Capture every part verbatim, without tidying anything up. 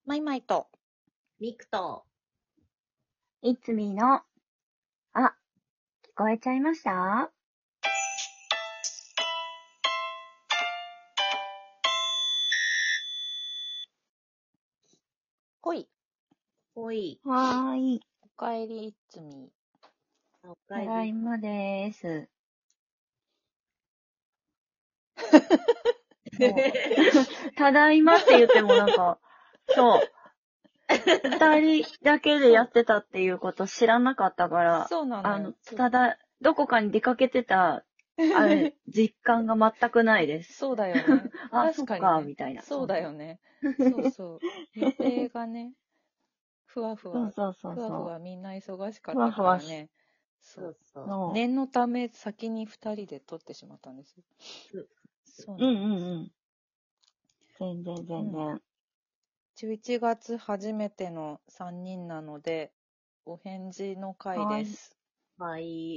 マイマイと、 ミクと、 いつみの、あ、聞こえちゃいました？ ほい、 ほい、 はーい。 おかえりいつみ。 おたかえり。 だいまでーす。ただいまって言ってもなんか、そう。二人だけでやってたっていうこと知らなかったから、 そうなのよ。 あの、ただ、どこかに出かけてた、あれ、実感が全くないです。 そうだよね。 あ、 確かに、ね、 そっか、みたいな。 そうだよね。そうそう。予定がね、ふわふわ、 そうそうそうそう。 ふわふわみんな忙しかふったかわふわしらね。そそううそう。 そう。 念のため先に二人で撮ってしまったんですよ。 うんそううんなんです。 うんうん。全然全然。 うん、じゅういちがつ初めてのさんにんなので、お返事の回です。 はい。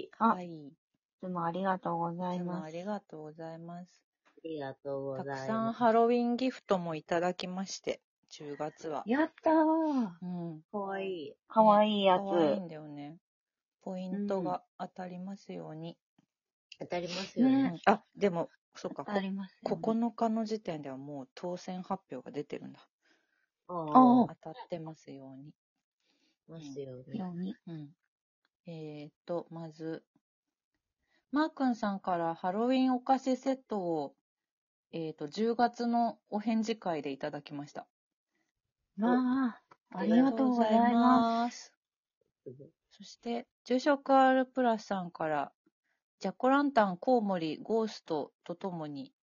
あ、 はい。 いつもありがとうございいつもあます。 りがとうございます。 ありがとうございます。 たくさんハロウィンギフトもいただきまして、じゅうがつは。 やったー。 うん。 かわいい。 かわいいやつ。 かわいいんだよね。ポイントが当たりますように。 当たりますよね。 ねうん、あ、でも、そっか、 ありますよね。 ここのかの時点ではもう当選発表が出てるんだ。 ああ当たってますように。 ますよあ、 ね。 ように。 うん。えーと、まず、マー君さんからハロウィンお菓子セットを、えーと、じゅうがつのお返事会でいただきました。 わあ、ありがとうございます。 そして、住職 R プラスさんから、ジャコランタン、コウモリ、ゴーストとともに、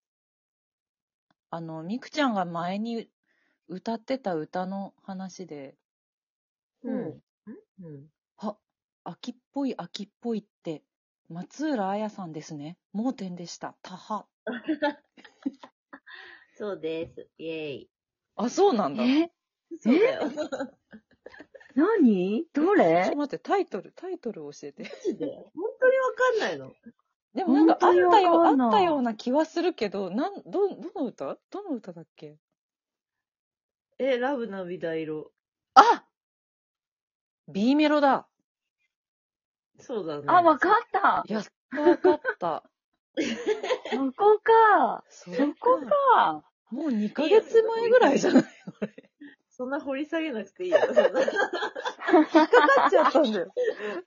あの、みくちゃんが前に歌ってた歌の話で、 うん。うん。 あ、秋っぽい秋っぽいって、松浦綾さんですね。盲点でした。たは。 そうです。イェーイ。 あ、そうなんだ。 えそうだよ。 何どちょっれと待って、タイトル、タイトル教えて。 マジで本当にわかんないの。 でもなんかあ本当にったよ、あわかんないったような気はするけど、なん、ど、どの歌どの歌だっけ？ え、ラブ涙色。 あ !B メロだ。 そうだね。 あ、わかった。 やっとわかった。 そこか。 それそこか。 もうにかげつまえぐらいじゃないこれ。 そんな掘り下げなくていいよ。そんな引っかかっちゃったんだよ。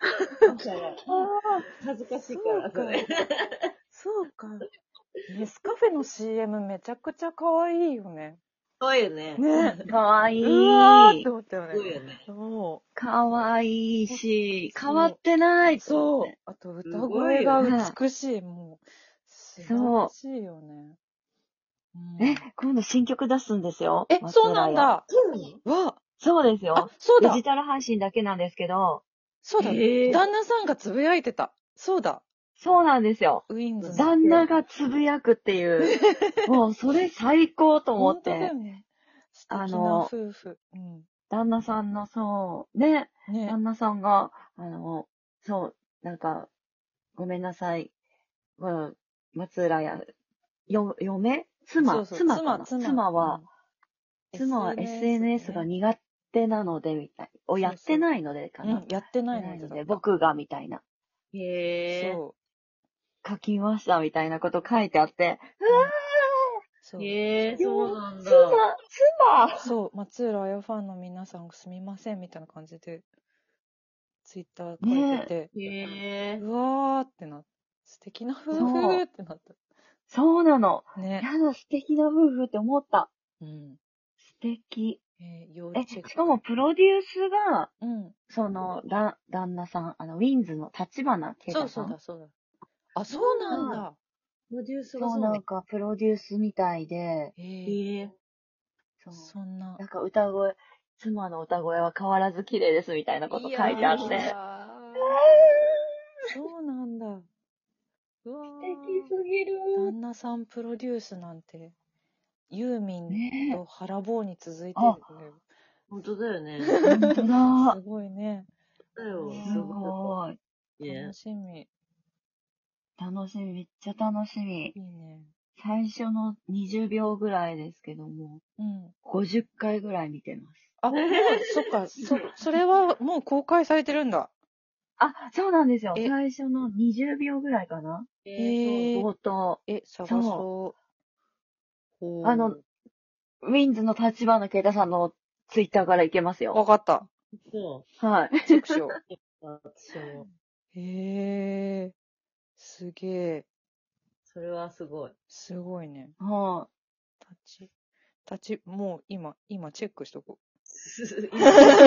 恥ずかしいから、それ。 そうか。ネスカフェの シーエム めちゃくちゃ可愛いよね。 そうよね。 ね。 かわいい。 うわーって思ったよね。 すごいよね。 そかわいいし、 そう変わってない。 そう。あと歌声が美しい。もう、素晴らしいよね。うん、 え、今度新曲出すんですよ。 え、そうなんだ。わそうですよ。 あ、そうだ。 デジタル配信だけなんですけど。 そうだ。旦那さんがつぶやいてた。そうだ。 そうなんですよ。 ウィンズの。 旦那がつぶやくっていう。もうそれ最高と思って。 本当だよね。素敵な夫婦。うん、 旦那さんのそう、ね。 ね。 旦那さんが、あの、そう、なんか、ごめんなさい。まあ、松浦や、よ、嫁妻そうそう妻かな妻、妻。 妻は、 うん、 妻は エスエヌエス が苦手なので、みたい。をやってないのでかな。 うん、やってないやってないので、 のでだった。 僕が、みたいな。 へー。 そう。 書きました、みたいなこと書いてあって、うわそう。 へー、そうなんだ。 妻、妻そう、松浦綾ファンの皆さんすみませんみたいな感じで、ツイッター書いてて、 へー。 うわーってなった。素敵な夫婦ってなった。 そうなの。 ね。 やだ、素敵な夫婦って思った。 うん。 素敵。 えー、 え、しかもプロデュースが、 うん。 その、だ、旦那さん、あの、ウィンズの立花慶太さん。 そうそうだ、そうだ。あ、そうなんだ。 プロデュースがそう、なんか、プロデュースみたいで、 えー、 へー。 そう。 そんな。 なんか歌声、妻の歌声は変わらず綺麗ですみたいなこと書いてあって。 いやーそうなんだ。うわ素敵すぎる。 旦那さんプロデュースなんて、ユーミンと原坊に続いてるよね。 本当だよね。 本当だ。 すごいね。 だよ。 すごい。 楽しみ。 楽しみ、めっちゃ楽しみ。 いいね。 最初のにじゅうびょうぐらいですけども、 うん。 ごじゅっかいぐらい見てます。 あ、もう、そっか、そ、それはもう公開されてるんだ。 あ、そうなんですよ。 え最初のにじゅうびょうぐらいかな。 えへー、 え。 冒頭。 え、探そそう。ほう。 あの、ウィンズの立花啓太さんのツイッターからいけますよ。 わかった。 そはい。 チェックしよう。私も。 う。へえ。すげえ。 それはすごい。 すごいね。 は立ち、立ち、もう今、今チェックしとこう。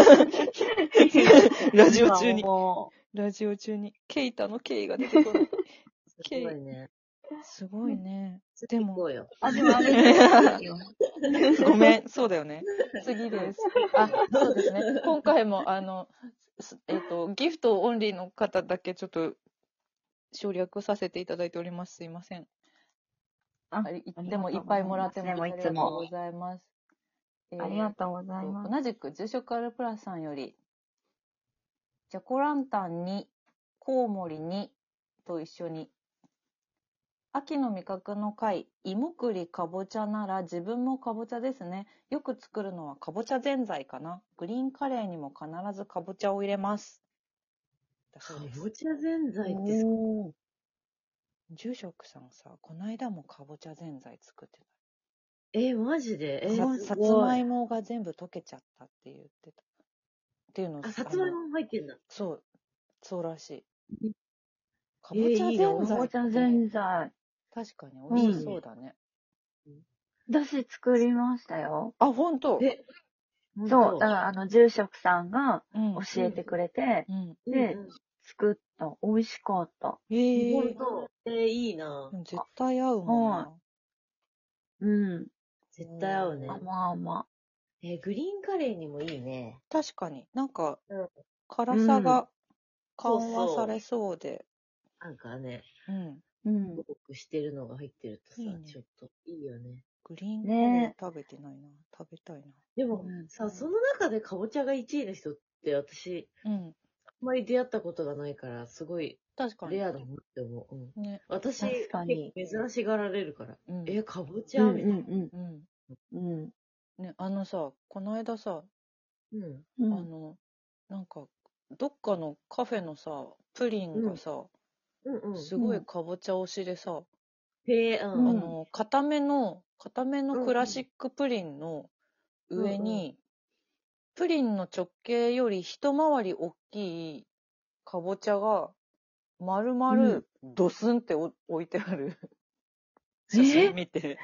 い。 ラジオ中に今、もラジオ中に、ケイタのケイが出てこない。 すごいね。 すごいね。ででも。 も、 行こうよ。 うあ、でもあれですよ。 ごめん、そうだよね。次です。あ、そうですね。今回も、あの、すえっと、ギフトオンリーの方だけちょっと省略させていただいております。すいません。 あありありでもいっがとうございぱいもらってますね、もういます。ありつも。 がとうございます。えーありがとうございます。 同じく住職アルプラスさんより、ジャコランタンにコウモリにと一緒に、秋の味覚の貝、芋栗かぼちゃなら自分もかぼちゃですね。よく作るのはかぼちゃぜんざいかな。グリーンカレーにも必ずかぼちゃを入れます。だそうです。 かぼちゃぜんざいってすおー。 住職さんさ、この間もかぼちゃぜんざい作ってえ、マジでた。 え、 さすさつごい。 まいもが全部溶けちゃったって言ってた。っていうのをあ、さつまいあのもも入ってんだ。 そう、そうらしい。かえー、 ぼちゃいいな。 ぜんざいってかぼちゃぜんざい。 確かに美味しそうだね。 私作りましたよ。 あ、ほんと。 え、ほんそう。 とだから、あの、住職さんがうん。 教えてくれて、 うん。 でうん作った。美味しかった。 へうん。 えほんと。えー、いいな。 絶対合うもんな。 うん。 絶対合うね。 甘々。 えー、グリーンカレーにもいいね。 確かに。なんか、 うん。 辛さがそう緩和そうされそうで。 なんかね、 うん。 うんす。ごくしてるのが入ってるとさ、 いいねちょっといいよね。 グリーンカレーね食べてないな。食べたいな。 でも、 うんさ、その中でかぼちゃがいちいの人って私、 うん。 あんまり出会ったことがないから、すごい確かにレ。アだなって思う。うん、 ね。 私、 確かに結構珍しがられるから。 うん。 え、かぼちうんゃみたいな。 うんうん。 うん。うん。 ね、あのさ、この間さ、 うん。 うん。 あの、なんか、どっかのカフェのさ、プリンがさ、 うんうん。 すごいかぼちゃ推しでさ、 へえ、うん。 うんあの、固めの、固めのクラシックプリンの上に、プリンの直径より一回り大きいかぼちゃが、丸々ドスンってお置いてある写真見て、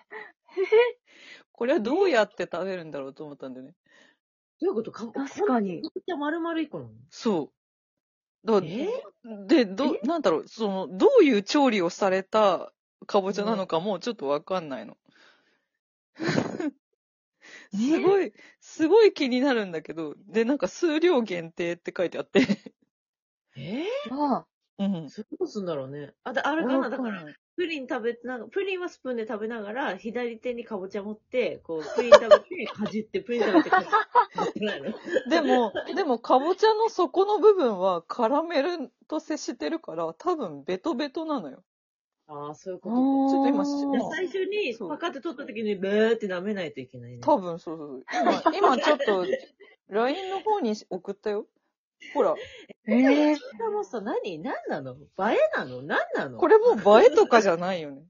これはどうやって食べるんだろうと思ったんだよね。 どういうことかぼ確かに。 かぼちゃ丸々一個なのそう。だえで、ど、なんだろう、その、どういう調理をされたかぼちゃなのかもちょっとわかんないの。すごい、すごい気になるんだけど、で、なんか数量限定って書いてあって。 えあうん。 ー、それどうすんだろうね。あ、だあれかなだから、プリン食べ、なんか、プリンはスプーンで食べながら、左手にかぼちゃ持って、こう、プリン食べて、かじって、プリン食べて、かじってないの。 でも、でも、かぼちゃの底の部分はカラメルと接してるから、多分ベトベトなのよ。 ああ、そういうあ。 ことか。 ちょっと今あーじゃあ最初にそうパカって取った時にベーって舐めないといけないね。 多分そうそうそう。今、今ちょっと、ライン の方に送ったよ。ほら、 ええしかもさ、何何なの映えなの何なのこれもう映えとかじゃないよね。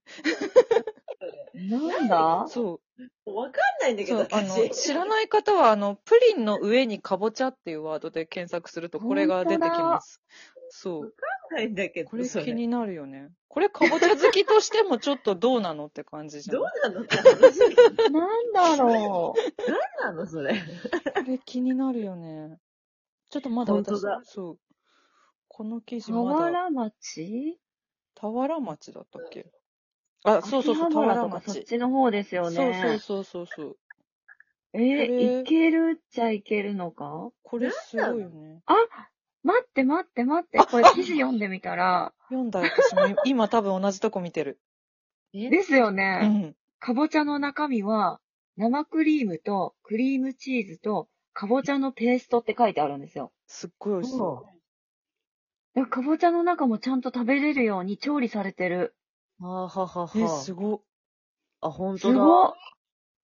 なんだそう。 わかんないんだけど、 そう、あの、 私。 知らない方は、あの、プリンの上にかぼちゃっていうワードで検索すると、これが出てきます。そう。 わかんないんだけど、 これそれ気になるよね。これかぼちゃ好きとしてもちょっとどうなのって感じじゃん。 どうなのって話。 なんだろう。 何なのそれ。 これ気になるよね。ちょっとまだ私本当だ、 そう。この記事田まだ、 原町田原町だったっけあ、そうそうそう、 秋田原葉原とかそっ町。 ちの方ですよね。 そうそうそうそうそう。 えー、 これいけるっちゃいけるのかこれすごいよね。 待って待って待って。これ記事読んでみたら、 読んだ私も今多分同じとこ見てる。 えですようね。 ん。 かぼちゃの中身は、生クリームとクリームチーズとかぼちゃのペーストって書いてあるんですよ。 すっごい美味しそだからかぼちゃの中もちゃんと食べれるように調理されてる。 はあはははう。え、すごっ。 あ、本す当だ。 ごっ。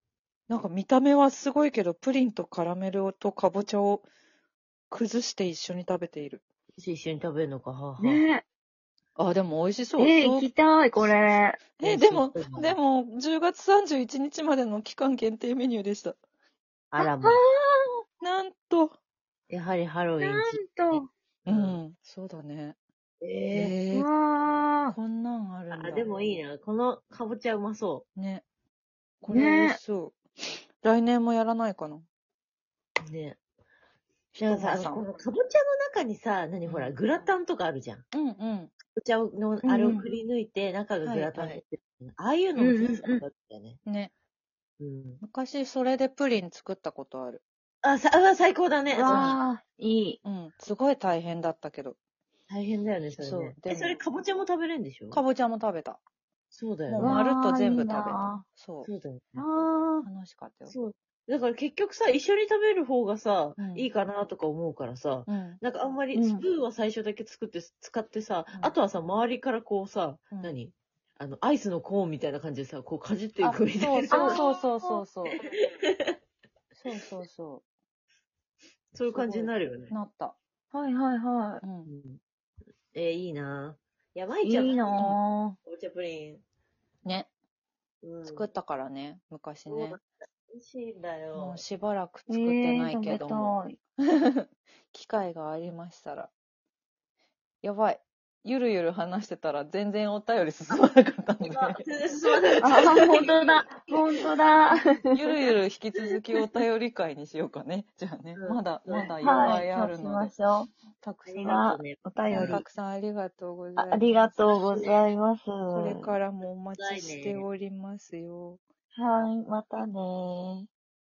なんか見た目はすごいけど、プリンとカラメルとかぼちゃを崩して一緒に食べている。 一緒に食べるのか、はあ、はあ。 ねあ、でも美味しそう。 え。えー、 そう行きたい、これ。 え、でもそうそう、 でも、じゅうがつさんじゅういちにちまでの期間限定メニューでした。 あらもう。 なんと。 やはりハロウィンなんと。 ううんん、そうだね。 えええー、 わこんなんあるんだ。 あ、でもいいな。このかぼちゃうまそね。こー。 れ美味ねしそう。来年もやらないかな。 う。ね。 ひでもさ、 とまさんこのかぼちゃの中にさ、何ほら、 うんグラタンとかあるじゃん。かうんうん。 ぼちゃの、あれをくり抜いて、中がグラタンになってる。ああいうのもテストだったよね。 ね。 うん。 昔それでプリン作ったことある。 あ、さ、うわ、最高だね。うんわー、いい。 うん。すごい大変だったけど。 大変だよね、それね。え、 そうでもそれかぼちゃも食べれるんでしょかぼちゃも食べた。もうそうだよね。 まるっと全部わーいい食べたな。 そそうだよね。 あう。楽しかったよ。 そう。だから結局さ、一緒に食べる方がさ、 うんいいかなとか思うからさ、 うん。 なんかあんまうんりスプーンは最初だけ作って、使ってさ、 うんあとはさ、周りからこうさ、 うん何あの、アイスのコーンみたいな感じでさ、こうかじっていあ、 くみたそういな。 そうそうそうそうそう。そうそうそそういう感じになるよねう。。なった。 ー。はいはいはう。 うんん、えー、いいなぁ。いや、まいい。 ちゃん、 いいなかぁ。 ぼちゃプリン。 ね。 うん。 作ったからね、昔ね。 美味しいんだよ。 もうしばらくえ作ってー、 ない食べけども。 たい。 機会がありましたら。やばい。ゆるゆる話してたら全然お便り進まなかったんで。 あ、全然進まなかあ、 った。 ほんとだ。ほんとだ。 ゆるゆる引き続きお便り会にしようかね。じゃあね。 うんまだ、 そうまだいっはい、 ぱいあそうしるので。 ましょたくさん、 ありがとうね。 お便りたくさんありがとうございます。 う。ありがとうございます。 これからもお待ちしておりますよ。 はい、またねー。